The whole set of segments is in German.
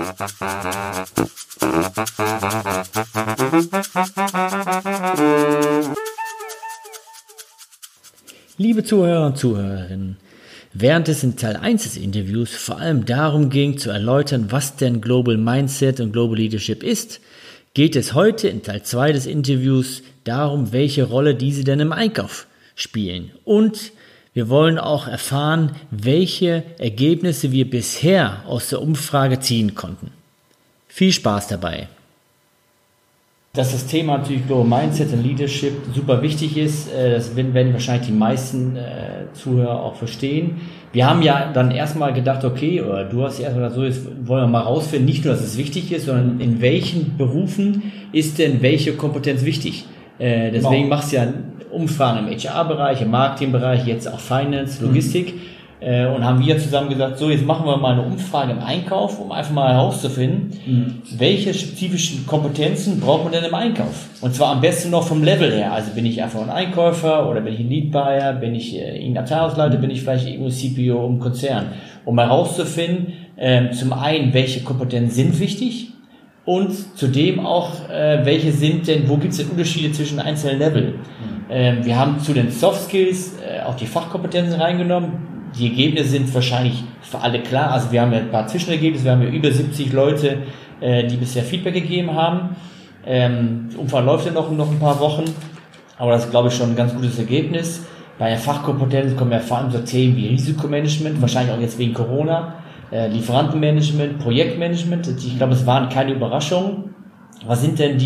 Liebe Zuhörer und Zuhörerinnen, während es in Teil 1 des Interviews vor allem darum ging, zu erläutern, was denn Global Mindset und Global Leadership ist, geht es heute in Teil 2 des Interviews darum, welche Rolle diese denn im Einkauf spielen. Und wir wollen auch erfahren, welche Ergebnisse wir bisher aus der Umfrage ziehen konnten. Viel Spaß dabei! Dass das Thema natürlich Global Mindset und Leadership super wichtig ist, das werden wahrscheinlich die meisten Zuhörer auch verstehen. Wir haben ja dann erstmal gedacht, okay, oder du hast erstmal gesagt, so, jetzt wollen wir mal rausfinden, nicht nur, dass es wichtig ist, sondern in welchen Berufen ist denn welche Kompetenz wichtig? Deswegen machst du ja Umfragen im HR-Bereich, im Marketing-Bereich, jetzt auch Finance, Logistik. Und haben wir zusammen gesagt, so, jetzt machen wir mal eine Umfrage im Einkauf, um einfach mal herauszufinden, welche spezifischen Kompetenzen braucht man denn im Einkauf? Und zwar am besten noch vom Level her. Also bin ich einfach ein Einkäufer oder bin ich ein Lead Buyer, bin ich irgendein Abteilungsleiter, bin ich vielleicht irgendwo CPO im Konzern? Um herauszufinden, zum einen, welche Kompetenzen sind wichtig und zudem auch, welche sind denn, wo gibt es denn Unterschiede zwischen einzelnen Level? Wir haben zu den Soft Skills auch die Fachkompetenzen reingenommen. Die Ergebnisse sind wahrscheinlich für alle klar. Also wir haben ja ein paar Zwischenergebnisse. Wir haben ja über 70 Leute, die bisher Feedback gegeben haben. Die Umfrage läuft ja noch ein paar Wochen. Aber das ist, glaube ich, schon ein ganz gutes Ergebnis. Bei der Fachkompetenz kommen ja vor allem so Themen wie Risikomanagement, wahrscheinlich auch jetzt wegen Corona, Lieferantenmanagement, Projektmanagement. Ich glaube, es waren keine Überraschungen. Was sind denn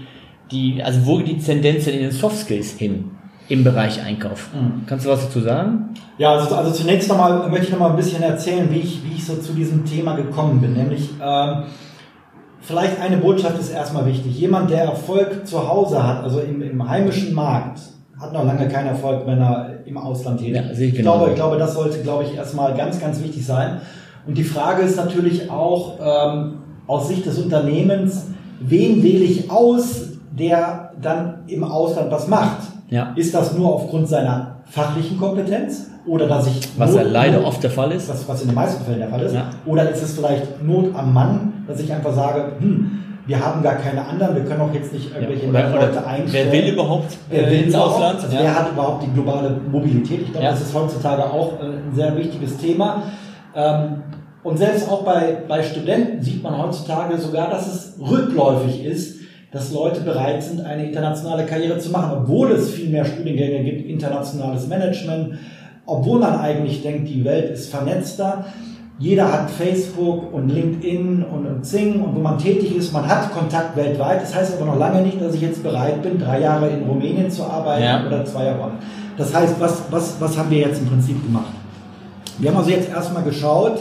also wo geht die Tendenz denn in den Soft Skills hin? Im Bereich Einkauf. Kannst du was dazu sagen? Ja, also zunächst möchte ich ein bisschen erzählen, wie ich so zu diesem Thema gekommen bin. Nämlich, vielleicht eine Botschaft ist erstmal wichtig. Jemand, der Erfolg zu Hause hat, also im heimischen Markt, hat noch lange keinen Erfolg, wenn er im Ausland tätig ist. Ich glaube, das sollte, erstmal ganz, ganz wichtig sein. Und die Frage ist natürlich auch, aus Sicht des Unternehmens, wen wähle ich aus, der dann im Ausland was macht? Ja. Ist das nur aufgrund seiner fachlichen Kompetenz oder dass ich... Was ja leider oft der Fall ist. Was in den meisten Fällen der Fall ist. Ja. Oder ist es vielleicht Not am Mann, dass ich einfach sage, wir haben gar keine anderen, wir können auch jetzt nicht irgendwelche Leute einstellen. Wer will überhaupt ins Ausland? Also wer hat überhaupt die globale Mobilität? Ich glaube, das ist heutzutage auch ein sehr wichtiges Thema. Und selbst auch bei Studenten sieht man heutzutage sogar, dass es rückläufig ist, dass Leute bereit sind, eine internationale Karriere zu machen, obwohl es viel mehr Studiengänge gibt, internationales Management, obwohl man eigentlich denkt, die Welt ist vernetzter. Jeder hat Facebook und LinkedIn und Xing und wo man tätig ist, man hat Kontakt weltweit. Das heißt aber noch lange nicht, dass ich jetzt bereit bin, 3 Jahre in Rumänien zu arbeiten oder 2 Jahre. Das heißt, was haben wir jetzt im Prinzip gemacht? Wir haben also jetzt erstmal geschaut,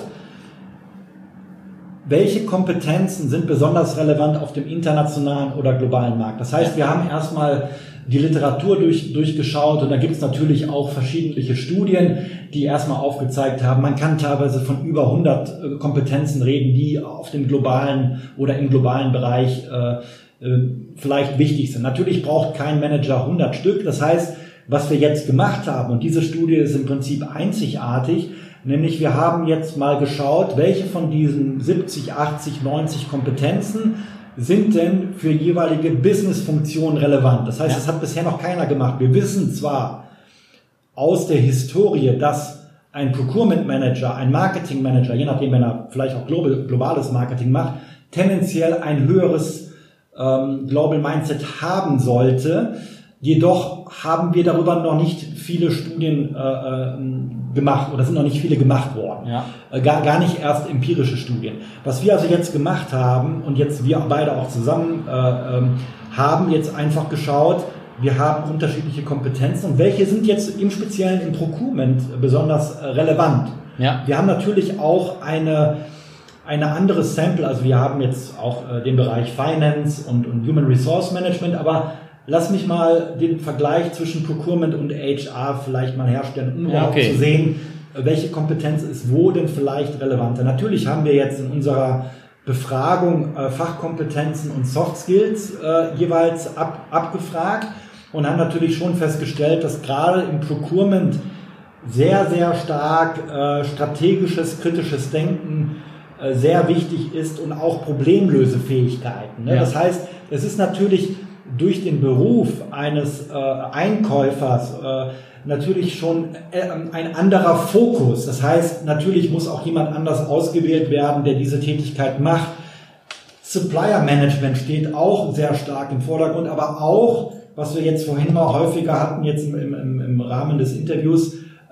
welche Kompetenzen sind besonders relevant auf dem internationalen oder globalen Markt. Das heißt, wir haben erstmal die Literatur durchgeschaut und da gibt es natürlich auch verschiedene Studien, die erstmal aufgezeigt haben, man kann teilweise von über 100 Kompetenzen reden, die auf dem globalen oder im globalen Bereich vielleicht wichtig sind. Natürlich braucht kein Manager 100 Stück. Das heißt, was wir jetzt gemacht haben, und diese Studie ist im Prinzip einzigartig, nämlich wir haben jetzt mal geschaut, welche von diesen 70, 80, 90 Kompetenzen sind denn für jeweilige Business-Funktionen relevant. Das heißt, das hat bisher noch keiner gemacht. Wir wissen zwar aus der Historie, dass ein Procurement Manager, ein Marketing Manager, je nachdem, wenn er vielleicht auch globales Marketing macht, tendenziell ein höheres Global Mindset haben sollte. Jedoch haben wir darüber noch nicht viele Studien gemacht oder sind noch nicht viele gemacht worden. Ja. Gar nicht erst empirische Studien. Was wir also jetzt gemacht haben und jetzt wir beide auch zusammen haben jetzt einfach geschaut, wir haben unterschiedliche Kompetenzen und welche sind jetzt im Speziellen im Procurement besonders relevant. Ja. Wir haben natürlich auch eine andere Sample, also wir haben jetzt auch den Bereich Finance und Human Resource Management, aber lass mich mal den Vergleich zwischen Procurement und HR vielleicht mal herstellen, um überhaupt zu sehen, welche Kompetenz ist wo denn vielleicht relevanter. Natürlich haben wir jetzt in unserer Befragung Fachkompetenzen und Soft Skills jeweils abgefragt und haben natürlich schon festgestellt, dass gerade im Procurement sehr, sehr stark strategisches, kritisches Denken sehr wichtig ist und auch Problemlösefähigkeiten. Ne? Ja. Das heißt, es ist natürlich durch den Beruf eines Einkäufers natürlich schon ein anderer Fokus. Das heißt, natürlich muss auch jemand anders ausgewählt werden, der diese Tätigkeit macht. Supplier Management steht auch sehr stark im Vordergrund, aber auch, was wir jetzt vorhin mal häufiger hatten, jetzt im Rahmen des Interviews,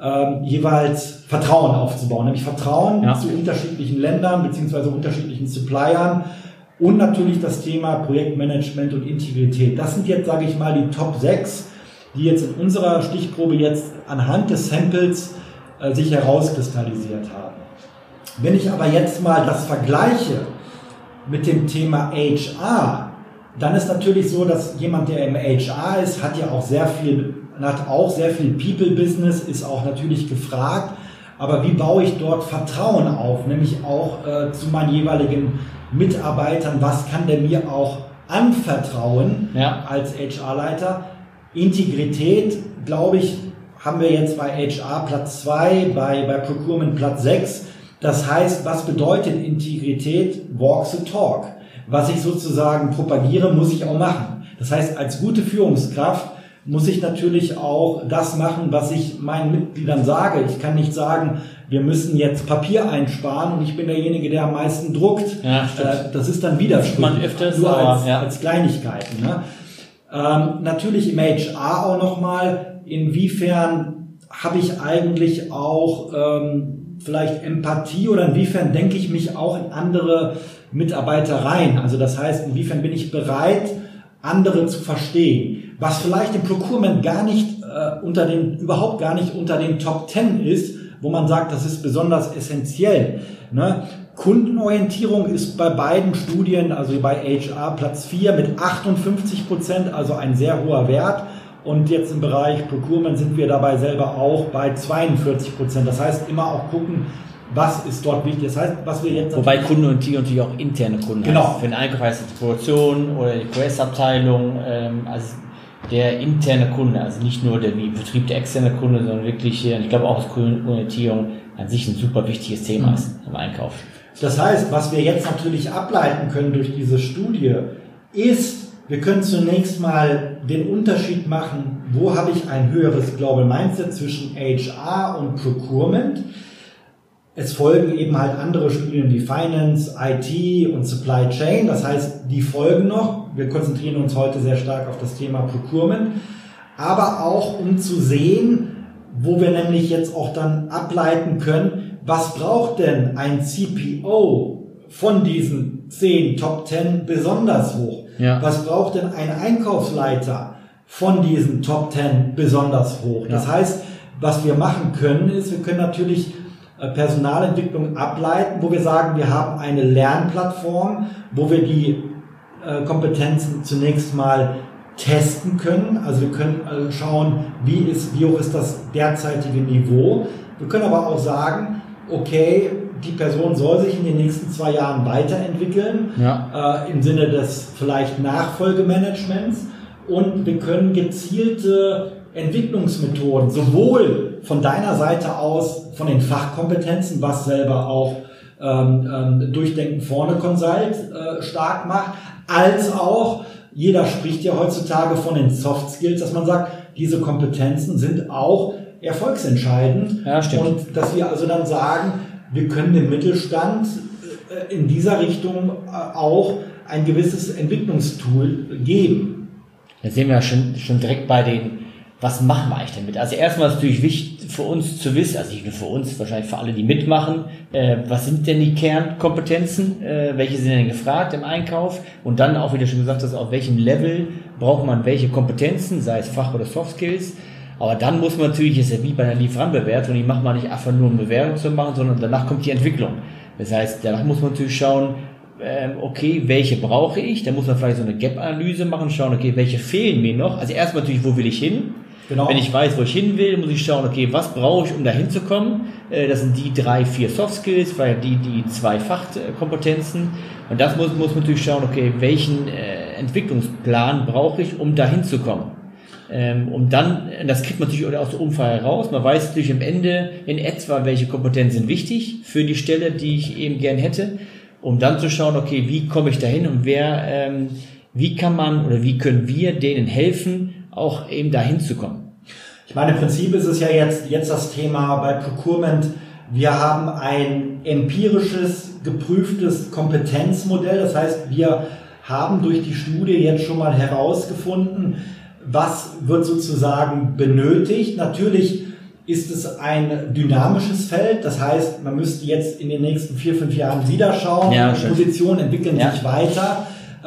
jeweils Vertrauen aufzubauen, nämlich Vertrauen zu unterschiedlichen Ländern beziehungsweise unterschiedlichen Suppliern und natürlich das Thema Projektmanagement und Integrität. Das sind jetzt, sage ich mal, die Top 6, die jetzt in unserer Stichprobe jetzt anhand des Samples sich herauskristallisiert haben. Wenn ich aber jetzt mal das vergleiche mit dem Thema HR, dann ist natürlich so, dass jemand, der im HR ist, hat auch sehr viel People-Business, ist auch natürlich gefragt. Aber wie baue ich dort Vertrauen auf, nämlich auch zu meinen jeweiligen Mitarbeitern, was kann der mir auch anvertrauen als HR-Leiter? Integrität, glaube ich, haben wir jetzt bei HR Platz 2, bei Procurement Platz 6. Das heißt, was bedeutet Integrität? Walk the talk. Was ich sozusagen propagiere, muss ich auch machen. Das heißt, als gute Führungskraft muss ich natürlich auch das machen, was ich meinen Mitgliedern sage. Ich kann nicht sagen, wir müssen jetzt Papier einsparen und ich bin derjenige, der am meisten druckt. Ja, das ist dann widersprüchlich. Man öfters nur als Kleinigkeiten. Ne? Natürlich im HR auch nochmal, inwiefern habe ich eigentlich auch vielleicht Empathie oder inwiefern denke ich mich auch in andere Mitarbeiter rein. Also das heißt, inwiefern bin ich bereit, andere zu verstehen. Was vielleicht im Procurement überhaupt gar nicht unter den Top 10 ist, wo man sagt, das ist besonders essentiell. Ne? Kundenorientierung ist bei beiden Studien, also bei HR Platz 4 mit 58%, also ein sehr hoher Wert. Und jetzt im Bereich Procurement sind wir dabei selber auch bei 42%. Das heißt, immer auch gucken, was ist dort wichtig. Das heißt, was wir jetzt... Wobei Kundenorientierung natürlich auch interne Kunden heißt. Für den Einkauf heißt es die Produktion oder die QS-Abteilung, also der interne Kunde, also nicht nur der Betrieb der externe Kunde, sondern wirklich, ich glaube auch, dass Kundenorientierung an sich ein super wichtiges Thema ist im Einkauf. Das heißt, was wir jetzt natürlich ableiten können durch diese Studie, ist, wir können zunächst mal den Unterschied machen, wo habe ich ein höheres Global Mindset zwischen HR und Procurement. Es folgen eben halt andere Studien wie Finance, IT und Supply Chain. Das heißt, die folgen noch. Wir konzentrieren uns heute sehr stark auf das Thema Procurement. Aber auch, um zu sehen, wo wir nämlich jetzt auch dann ableiten können, was braucht denn ein CPO von diesen 10 Top 10 besonders hoch? Ja. Was braucht denn ein Einkaufsleiter von diesen Top 10 besonders hoch? Das heißt, was wir machen können, ist, wir können natürlich Personalentwicklung ableiten, wo wir sagen, wir haben eine Lernplattform, wo wir die Kompetenzen zunächst mal testen können. Also wir können schauen, wie hoch ist das derzeitige Niveau. Wir können aber auch sagen, okay, die Person soll sich in den nächsten 2 Jahren weiterentwickeln, im Sinne des vielleicht Nachfolgemanagements, und wir können gezielte Entwicklungsmethoden sowohl von deiner Seite aus, von den Fachkompetenzen, was selber auch Durchdenken vorne Consult stark macht, als auch, jeder spricht ja heutzutage von den Soft Skills, dass man sagt, diese Kompetenzen sind auch erfolgsentscheidend. Ja, stimmt. Und dass wir also dann sagen, wir können dem Mittelstand in dieser Richtung auch ein gewisses Entwicklungstool geben. Da sehen wir ja schon direkt bei den, was machen wir eigentlich damit? Also erstmal ist natürlich wichtig für uns zu wissen, also nicht nur für uns, wahrscheinlich für alle, die mitmachen, was sind denn die Kernkompetenzen, welche sind denn gefragt im Einkauf, und dann auch, wie du schon gesagt hast, auf welchem Level braucht man welche Kompetenzen, sei es Fach- oder Soft Skills. Aber dann muss man natürlich, ist ja wie bei einer Lieferantenbewertung, die macht man nicht einfach nur, um Bewertung zu machen, sondern danach kommt die Entwicklung. Das heißt, danach muss man natürlich schauen, okay, welche brauche ich? Da muss man vielleicht so eine Gap-Analyse machen, schauen, okay, welche fehlen mir noch? Also erstmal natürlich, wo will ich hin? Genau. Wenn ich weiß, wo ich hin will, muss ich schauen, okay, was brauche ich, um da hinzukommen? Das sind die 3, 4 Soft Skills, vielleicht die 2 Fachkompetenzen. Und das muss man natürlich schauen, okay, welchen Entwicklungsplan brauche ich, um da hinzukommen? Und dann, das kriegt man natürlich aus der Umfrage heraus, man weiß natürlich am Ende in etwa, welche Kompetenzen sind wichtig für die Stelle, die ich eben gern hätte, um dann zu schauen, okay, wie komme ich dahin und wie kann man oder wie können wir denen helfen, auch eben dahin zu kommen. Ich meine, im Prinzip ist es ja jetzt das Thema bei Procurement, wir haben ein empirisches, geprüftes Kompetenzmodell, das heißt, wir haben durch die Studie jetzt schon mal herausgefunden, was wird sozusagen benötigt. Natürlich ist es ein dynamisches Feld, das heißt, man müsste jetzt in den nächsten 4-5 Jahren wieder schauen, die Positionen entwickeln sich weiter,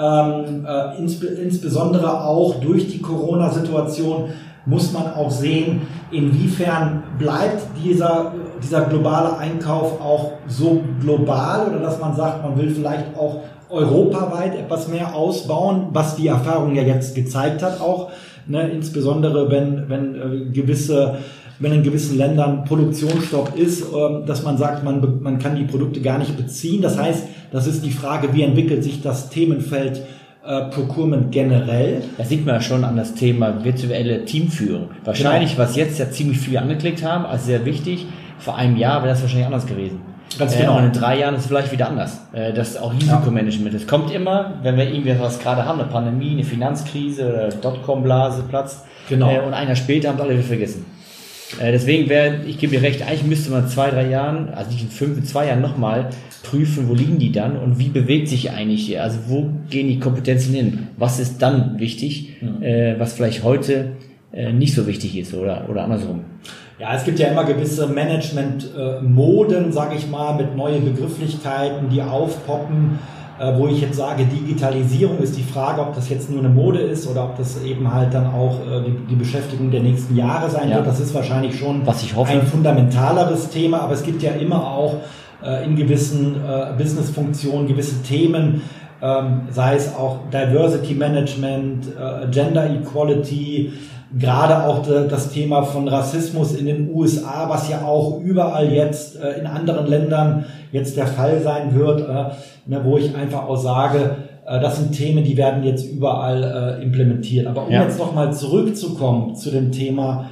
insbesondere auch durch die Corona-Situation muss man auch sehen, inwiefern bleibt dieser globale Einkauf auch so global oder dass man sagt, man will vielleicht auch europaweit etwas mehr ausbauen, was die Erfahrung ja jetzt gezeigt hat auch, ne, insbesondere wenn in gewissen Ländern Produktionsstopp ist, dass man sagt, man kann die Produkte gar nicht beziehen. Das heißt, das ist die Frage, wie entwickelt sich das Themenfeld Procurement generell. Da sieht man ja schon an das Thema virtuelle Teamführung. Wahrscheinlich, was jetzt ja ziemlich viele angeklickt haben, als sehr wichtig. Vor einem Jahr wäre das wahrscheinlich anders gewesen. Ganz genau. Und in 3 Jahren ist es vielleicht wieder anders. Das ist auch Risikomanagement. Es kommt immer, wenn wir irgendwie was gerade haben, eine Pandemie, eine Finanzkrise oder Dotcom-Blase platzt. Genau. Und ein Jahr später haben alle wieder vergessen. Deswegen ich gebe dir recht, eigentlich müsste man in 2-3 Jahren, also nicht in 5, in 2 Jahren nochmal prüfen, wo liegen die dann und wie bewegt sich eigentlich, also wo gehen die Kompetenzen hin? Was ist dann wichtig, was vielleicht heute nicht so wichtig ist oder andersrum? Ja, es gibt ja immer gewisse Management-Moden, sage ich mal, mit neuen Begrifflichkeiten, die aufpoppen, wo ich jetzt sage, Digitalisierung ist die Frage, ob das jetzt nur eine Mode ist oder ob das eben halt dann auch die Beschäftigung der nächsten Jahre sein wird. Das ist wahrscheinlich schon ein fundamentaleres Thema, aber es gibt ja immer auch in gewissen Business-Funktionen gewisse Themen, sei es auch Diversity Management, Gender Equality, gerade auch das Thema von Rassismus in den USA, was ja auch überall jetzt in anderen Ländern jetzt der Fall sein wird, wo ich einfach auch sage, das sind Themen, die werden jetzt überall implementiert. Aber um jetzt nochmal zurückzukommen zu dem Thema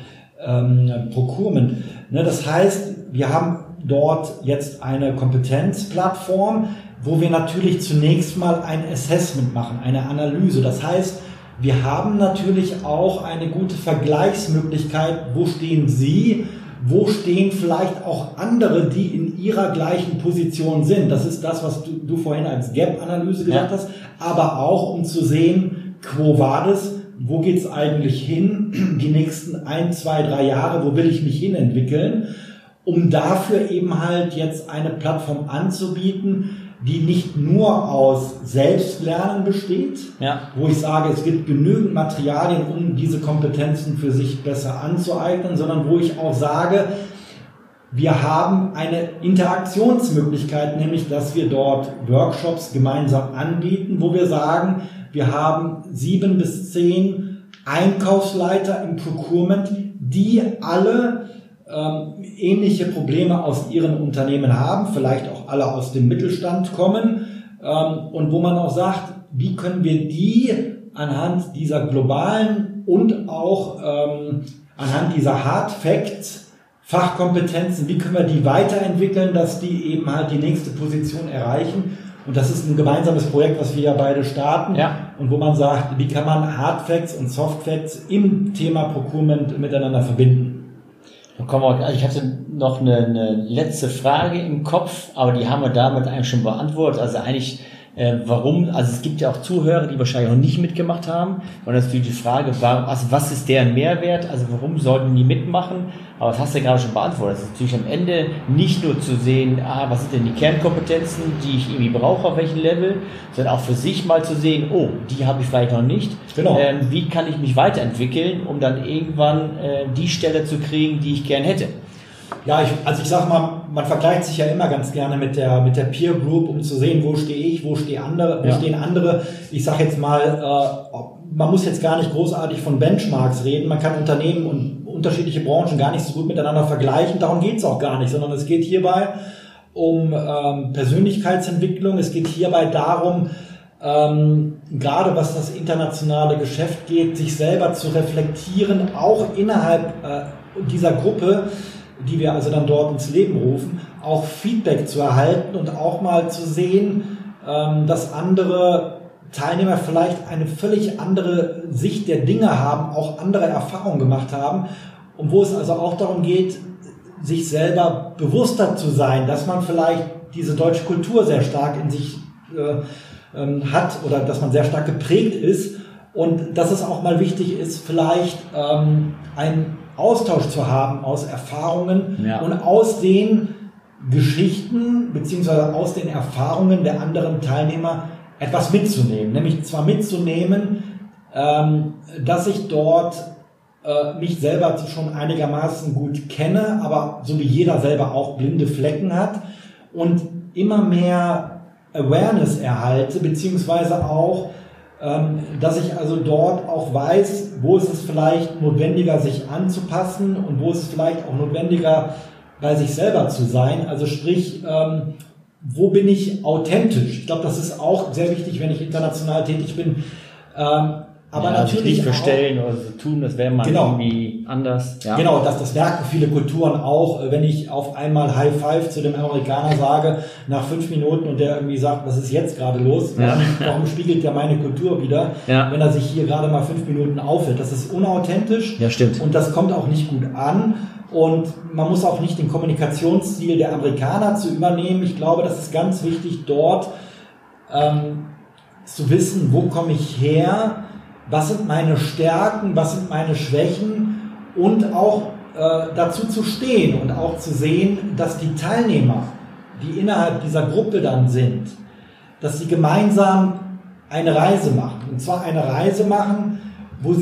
Procurement, das heißt, wir haben dort jetzt eine Kompetenzplattform, wo wir natürlich zunächst mal ein Assessment machen, eine Analyse. Das heißt, wir haben natürlich auch eine gute Vergleichsmöglichkeit, wo stehen Sie, wo stehen vielleicht auch andere, die in ihrer gleichen Position sind. Das ist das, was du vorhin als Gap-Analyse gesagt hast, aber auch um zu sehen, quo vadis, wo geht's eigentlich hin, die nächsten 1, 2, 3 Jahre, wo will ich mich hin entwickeln, um dafür eben halt jetzt eine Plattform anzubieten, die nicht nur aus Selbstlernen besteht, wo ich sage, es gibt genügend Materialien, um diese Kompetenzen für sich besser anzueignen, sondern wo ich auch sage, wir haben eine Interaktionsmöglichkeit, nämlich dass wir dort Workshops gemeinsam anbieten, wo wir sagen, wir haben 7 bis 10 Einkaufsleiter im Procurement, die alle ähnliche Probleme aus ihren Unternehmen haben, vielleicht auch alle aus dem Mittelstand kommen, und wo man auch sagt, wie können wir die anhand dieser globalen und auch anhand dieser Hard Facts, Fachkompetenzen, wie können wir die weiterentwickeln, dass die eben halt die nächste Position erreichen. Und das ist ein gemeinsames Projekt, was wir ja beide starten, und wo man sagt, wie kann man Hard Facts und Soft Facts im Thema Procurement miteinander verbinden. Ich hatte noch eine letzte Frage im Kopf, aber die haben wir damit eigentlich schon beantwortet. Also eigentlich, warum, also es gibt ja auch Zuhörer, die wahrscheinlich noch nicht mitgemacht haben. Und das ist natürlich die Frage, was ist deren Mehrwert? Also warum sollten die mitmachen? Aber das hast du ja gerade schon beantwortet. Es ist natürlich am Ende nicht nur zu sehen, was sind denn die Kernkompetenzen, die ich irgendwie brauche, auf welchem Level, sondern auch für sich mal zu sehen, die habe ich vielleicht noch nicht. Genau. Wie kann ich mich weiterentwickeln, um dann irgendwann die Stelle zu kriegen, die ich gern hätte? Ja, ich sag mal, man vergleicht sich ja immer ganz gerne mit der Peer Group, um zu sehen, wo stehe ich, wo stehen andere. Ich sag jetzt mal, man muss jetzt gar nicht großartig von Benchmarks reden. Man kann Unternehmen und unterschiedliche Branchen gar nicht so gut miteinander vergleichen. Darum geht's auch gar nicht, sondern es geht hierbei um Persönlichkeitsentwicklung. Es geht hierbei darum, gerade was das internationale Geschäft geht, sich selber zu reflektieren, auch innerhalb dieser Gruppe, die wir also dann dort ins Leben rufen, auch Feedback zu erhalten und auch mal zu sehen, dass andere Teilnehmer vielleicht eine völlig andere Sicht der Dinge haben, auch andere Erfahrungen gemacht haben und wo es also auch darum geht, sich selber bewusster zu sein, dass man vielleicht diese deutsche Kultur sehr stark in sich hat oder dass man sehr stark geprägt ist und dass es auch mal wichtig ist, vielleicht einen Austausch zu haben aus Erfahrungen und aus den Geschichten beziehungsweise aus den Erfahrungen der anderen Teilnehmer etwas mitzunehmen. Nämlich zwar mitzunehmen, dass ich dort mich selber schon einigermaßen gut kenne, aber so wie jeder selber auch blinde Flecken hat und immer mehr Awareness erhalte, beziehungsweise auch, dass ich also dort auch weiß, wo ist es vielleicht notwendiger, sich anzupassen und wo ist es vielleicht auch notwendiger, bei sich selber zu sein. Also sprich, wo bin ich authentisch? Ich glaube, das ist auch sehr wichtig, wenn ich international tätig bin. Aber natürlich nicht verstellen oder so tun, das wäre mal irgendwie anders. Ja. Genau, das merken viele Kulturen auch. Wenn ich auf einmal High Five zu dem Amerikaner sage, nach 5 Minuten und der irgendwie sagt, was ist jetzt gerade los? Warum spiegelt der meine Kultur wieder, wenn er sich hier gerade mal 5 Minuten aufhält? Das ist unauthentisch. Ja, stimmt. Und das kommt auch nicht gut an. Und man muss auch nicht den Kommunikationsstil der Amerikaner zu übernehmen. Ich glaube, das ist ganz wichtig, dort zu wissen, wo komme ich her, was sind meine Stärken, was sind meine Schwächen und auch dazu zu stehen und auch zu sehen, dass die Teilnehmer, die innerhalb dieser Gruppe dann sind, dass sie gemeinsam eine Reise machen. Und zwar eine Reise machen, wo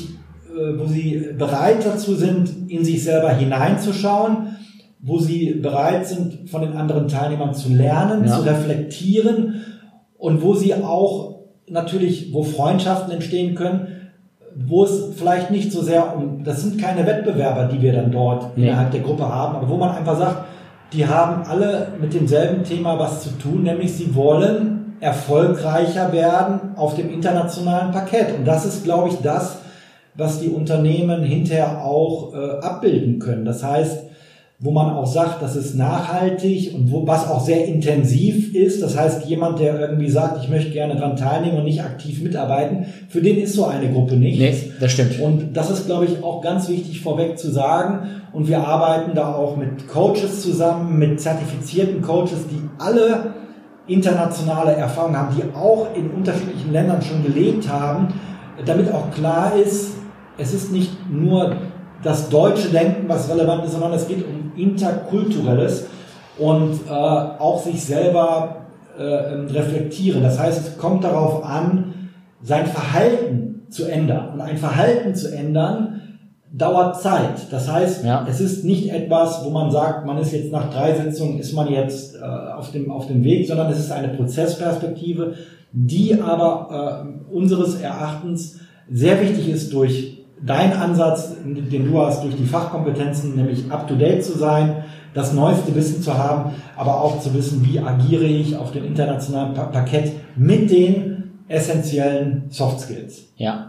sie bereit dazu sind, in sich selber hineinzuschauen, wo sie bereit sind, von den anderen Teilnehmern zu lernen, zu reflektieren und wo sie auch natürlich, wo Freundschaften entstehen können, wo es vielleicht nicht so sehr das sind keine Wettbewerber, die wir dann dort innerhalb der Gruppe haben, aber wo man einfach sagt, die haben alle mit demselben Thema was zu tun, nämlich sie wollen erfolgreicher werden auf dem internationalen Parkett. Und das ist, glaube ich, das, was die Unternehmen hinterher auch abbilden können. Das heißt, wo man auch sagt, das ist nachhaltig und was auch sehr intensiv ist. Das heißt, jemand, der irgendwie sagt, ich möchte gerne daran teilnehmen und nicht aktiv mitarbeiten, für den ist so eine Gruppe nicht. Nee, das stimmt. Und das ist, glaube ich, auch ganz wichtig vorweg zu sagen. Und wir arbeiten da auch mit Coaches zusammen, mit zertifizierten Coaches, die alle internationale Erfahrungen haben, die auch in unterschiedlichen Ländern schon gelebt haben, damit auch klar ist, es ist nicht nur das deutsche Denken, was relevant ist, sondern es geht um interkulturelles und auch sich selber reflektieren. Das heißt, es kommt darauf an, sein Verhalten zu ändern. Und ein Verhalten zu ändern dauert Zeit. Das heißt, es ist nicht etwas, wo man sagt, man ist jetzt nach 3 Sitzungen, ist man jetzt auf dem Weg, sondern es ist eine Prozessperspektive, die aber unseres Erachtens sehr wichtig ist durch dein Ansatz, den du hast, durch die Fachkompetenzen, nämlich up-to-date zu sein, das neueste Wissen zu haben, aber auch zu wissen, wie agiere ich auf dem internationalen Parkett mit den essentiellen Soft Skills. Ja.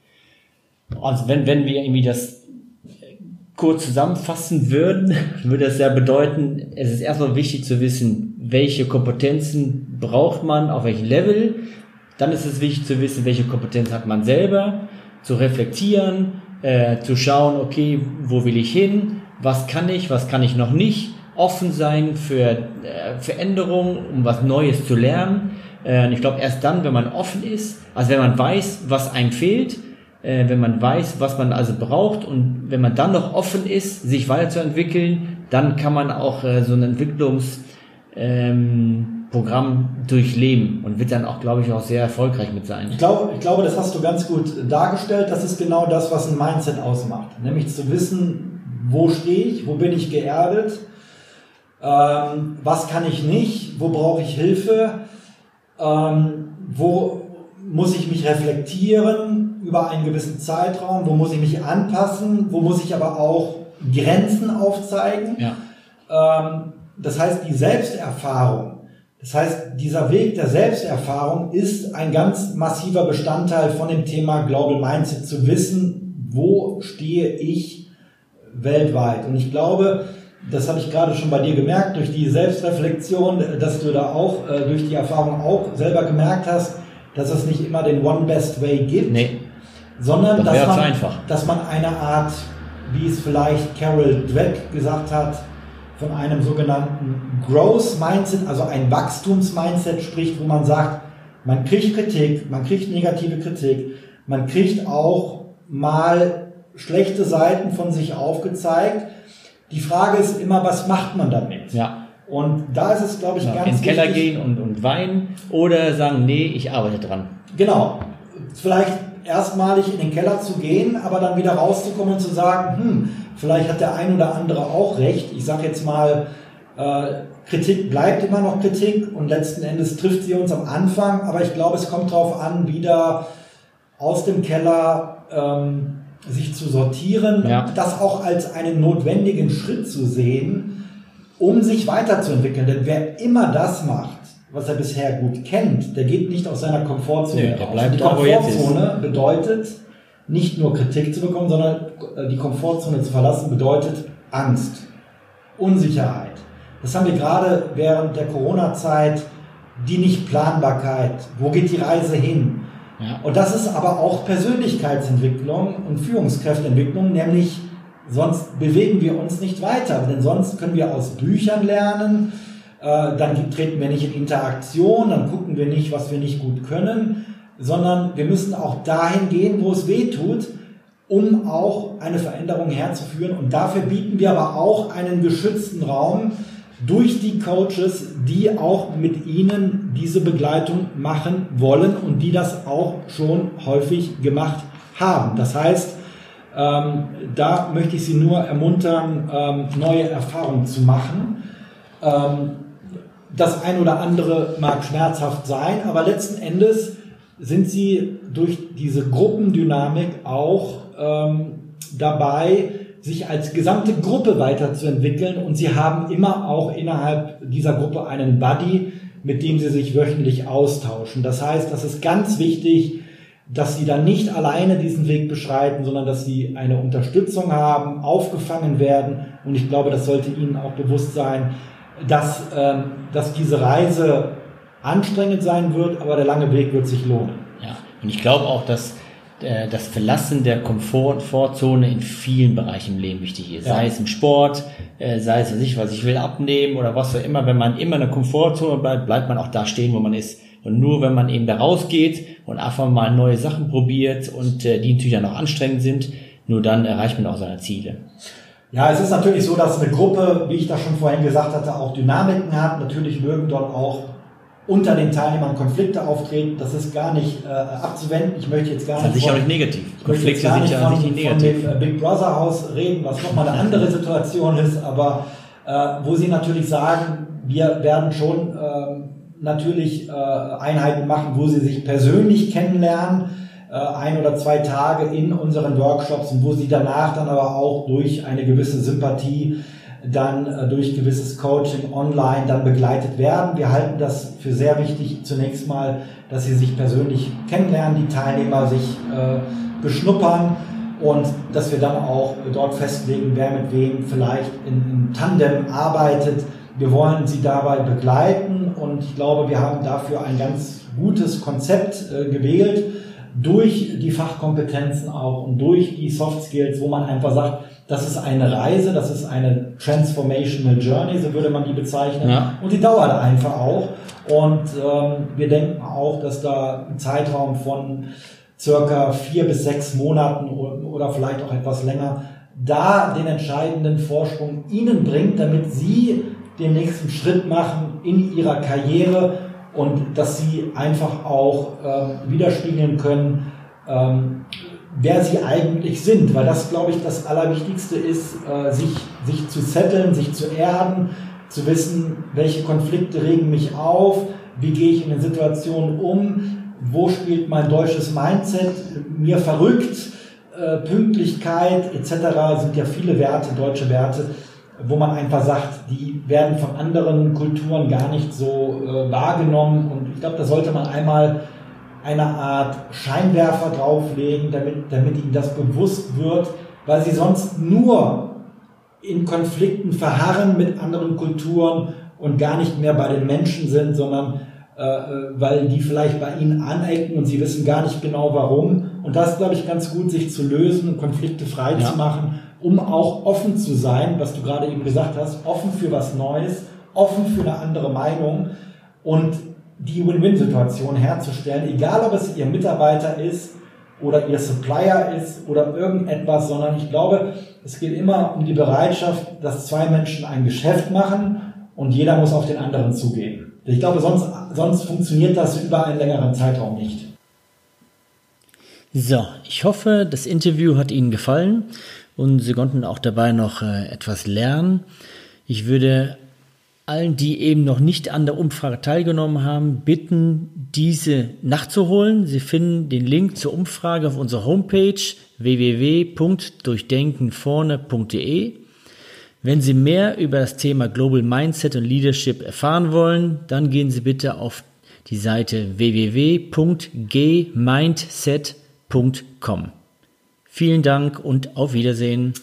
Also wenn wir irgendwie das kurz zusammenfassen würden, würde das ja bedeuten, es ist erstmal wichtig zu wissen, welche Kompetenzen braucht man, auf welchem Level. Dann ist es wichtig zu wissen, welche Kompetenz hat man selber, zu reflektieren, zu schauen, okay, wo will ich hin, was kann ich noch nicht, offen sein für Veränderungen, um was Neues zu lernen. Ich glaube, erst dann, wenn man offen ist, also wenn man weiß, was einem fehlt, wenn man weiß, was man also braucht und wenn man dann noch offen ist, sich weiterzuentwickeln, dann kann man auch so ein Entwicklungsprogramm durchleben und wird dann auch, glaube ich, auch sehr erfolgreich mit sein. Ich glaube, das hast du ganz gut dargestellt. Das ist genau das, was ein Mindset ausmacht. Nämlich zu wissen, wo stehe ich, wo bin ich geerdet, was kann ich nicht, wo brauche ich Hilfe, wo muss ich mich reflektieren über einen gewissen Zeitraum, wo muss ich mich anpassen, wo muss ich aber auch Grenzen aufzeigen. Ja. Das heißt, die Selbsterfahrung Das heißt, dieser Weg der Selbsterfahrung ist ein ganz massiver Bestandteil von dem Thema Global Mindset, zu wissen, wo stehe ich weltweit. Und ich glaube, das habe ich gerade schon bei dir gemerkt, durch die Selbstreflexion, dass du da auch durch die Erfahrung auch selber gemerkt hast, dass es nicht immer den One Best Way gibt, sondern dass man eine Art, wie es vielleicht Carol Dweck gesagt hat, von einem sogenannten Growth Mindset, also ein Wachstums-Mindset spricht, wo man sagt, man kriegt Kritik, man kriegt negative Kritik, man kriegt auch mal schlechte Seiten von sich aufgezeigt. Die Frage ist immer, was macht man damit? Ja. Und da ist es, glaube ich, ganz wichtig. In den Keller gehen und weinen oder sagen, nee, ich arbeite dran. Genau. Vielleicht erstmalig in den Keller zu gehen, aber dann wieder rauszukommen und zu sagen, vielleicht hat der ein oder andere auch recht. Ich sage jetzt mal, Kritik bleibt immer noch Kritik und letzten Endes trifft sie uns am Anfang, aber ich glaube, es kommt darauf an, wieder aus dem Keller sich zu sortieren, das auch als einen notwendigen Schritt zu sehen, um sich weiterzuentwickeln. Denn wer immer das macht, was er bisher gut kennt, der geht nicht aus seiner Komfortzone raus. Die Komfortzone bedeutet, nicht nur Kritik zu bekommen, sondern die Komfortzone zu verlassen, bedeutet Angst, Unsicherheit. Das haben wir gerade während der Corona-Zeit, die Nichtplanbarkeit. Wo geht die Reise hin? Ja. Und das ist aber auch Persönlichkeitsentwicklung und Führungskräfteentwicklung, nämlich sonst bewegen wir uns nicht weiter, denn sonst können wir aus Büchern lernen, dann treten wir nicht in Interaktion, dann gucken wir nicht, was wir nicht gut können, sondern wir müssen auch dahin gehen, wo es weh tut, um auch eine Veränderung herzuführen. Und dafür bieten wir aber auch einen geschützten Raum durch die Coaches, die auch mit Ihnen diese Begleitung machen wollen und die das auch schon häufig gemacht haben. Das heißt, da möchte ich Sie nur ermuntern, neue Erfahrungen zu machen. Das ein oder andere mag schmerzhaft sein, aber letzten Endes sind Sie durch diese Gruppendynamik auch dabei, sich als gesamte Gruppe weiterzuentwickeln, und Sie haben immer auch innerhalb dieser Gruppe einen Buddy, mit dem Sie sich wöchentlich austauschen. Das heißt, das ist ganz wichtig, dass Sie dann nicht alleine diesen Weg beschreiten, sondern dass Sie eine Unterstützung haben, aufgefangen werden, und ich glaube, das sollte Ihnen auch bewusst sein, dass diese Reise anstrengend sein wird, aber der lange Weg wird sich lohnen. Ja, und ich glaube auch, dass das Verlassen der Komfortzone in vielen Bereichen im Leben wichtig ist. Ja. Sei es im Sport, sei es was ich will abnehmen oder was auch immer. Wenn man immer in der Komfortzone bleibt, bleibt man auch da stehen, wo man ist. Und nur wenn man eben da rausgeht und einfach mal neue Sachen probiert und die natürlich dann auch anstrengend sind, nur dann erreicht man auch seine Ziele. Ja, es ist natürlich so, dass eine Gruppe, wie ich das schon vorhin gesagt hatte, auch Dynamiken hat. Natürlich mögen dort auch unter den Teilnehmern Konflikte auftreten. Das ist gar nicht abzuwenden. Ich möchte jetzt gar nicht sicher nicht negativ. Konflikte sind ja an sich nicht negativ. Von dem Big Brother Haus reden, was nochmal eine andere Situation ist, aber wo Sie natürlich sagen, wir werden schon natürlich Einheiten machen, wo Sie sich persönlich kennenlernen, 1 oder 2 Tage in unseren Workshops, und wo Sie danach dann aber auch durch eine gewisse Sympathie, dann durch gewisses Coaching online dann begleitet werden. Wir halten das für sehr wichtig, zunächst mal, dass Sie sich persönlich kennenlernen, die Teilnehmer sich beschnuppern, und dass wir dann auch dort festlegen, wer mit wem vielleicht in Tandem arbeitet. Wir wollen Sie dabei begleiten, und ich glaube, wir haben dafür ein ganz gutes Konzept gewählt, durch die Fachkompetenzen auch und durch die Soft Skills, wo man einfach sagt, das ist eine Reise, das ist eine Transformational Journey, so würde man die bezeichnen. Ja. Und die dauert einfach auch. Und wir denken auch, dass da ein Zeitraum von circa 4 bis 6 Monaten oder vielleicht auch etwas länger da den entscheidenden Vorsprung Ihnen bringt, damit Sie den nächsten Schritt machen in Ihrer Karriere und dass Sie einfach auch widerspiegeln können, wer Sie eigentlich sind, weil das, glaube ich, das Allerwichtigste ist, sich zu setteln, sich zu erden, zu wissen, welche Konflikte regen mich auf, wie gehe ich in den Situationen um, wo spielt mein deutsches Mindset mir verrückt, Pünktlichkeit etc. sind ja viele Werte, deutsche Werte, wo man einfach sagt, die werden von anderen Kulturen gar nicht so wahrgenommen. Und ich glaube, da sollte man einmal eine Art Scheinwerfer drauflegen, damit ihnen das bewusst wird, weil sie sonst nur in Konflikten verharren mit anderen Kulturen und gar nicht mehr bei den Menschen sind, sondern weil die vielleicht bei ihnen anecken und sie wissen gar nicht genau warum. Und das ist, glaube ich, ganz gut, sich zu lösen und Konflikte frei zu machen, um auch offen zu sein, was du gerade eben gesagt hast, offen für was Neues, offen für eine andere Meinung und die Win-Win-Situation herzustellen, egal ob es ihr Mitarbeiter ist oder ihr Supplier ist oder irgendetwas, sondern ich glaube, es geht immer um die Bereitschaft, dass zwei Menschen ein Geschäft machen und jeder muss auf den anderen zugehen. Ich glaube, sonst funktioniert das über einen längeren Zeitraum nicht. So, ich hoffe, das Interview hat Ihnen gefallen und Sie konnten auch dabei noch etwas lernen. Ich würde allen, die eben noch nicht an der Umfrage teilgenommen haben, bitten, diese nachzuholen. Sie finden den Link zur Umfrage auf unserer Homepage www.durchdenkenvorne.de. Wenn Sie mehr über das Thema Global Mindset und Leadership erfahren wollen, dann gehen Sie bitte auf die Seite www.gmindset.com. Vielen Dank und auf Wiedersehen.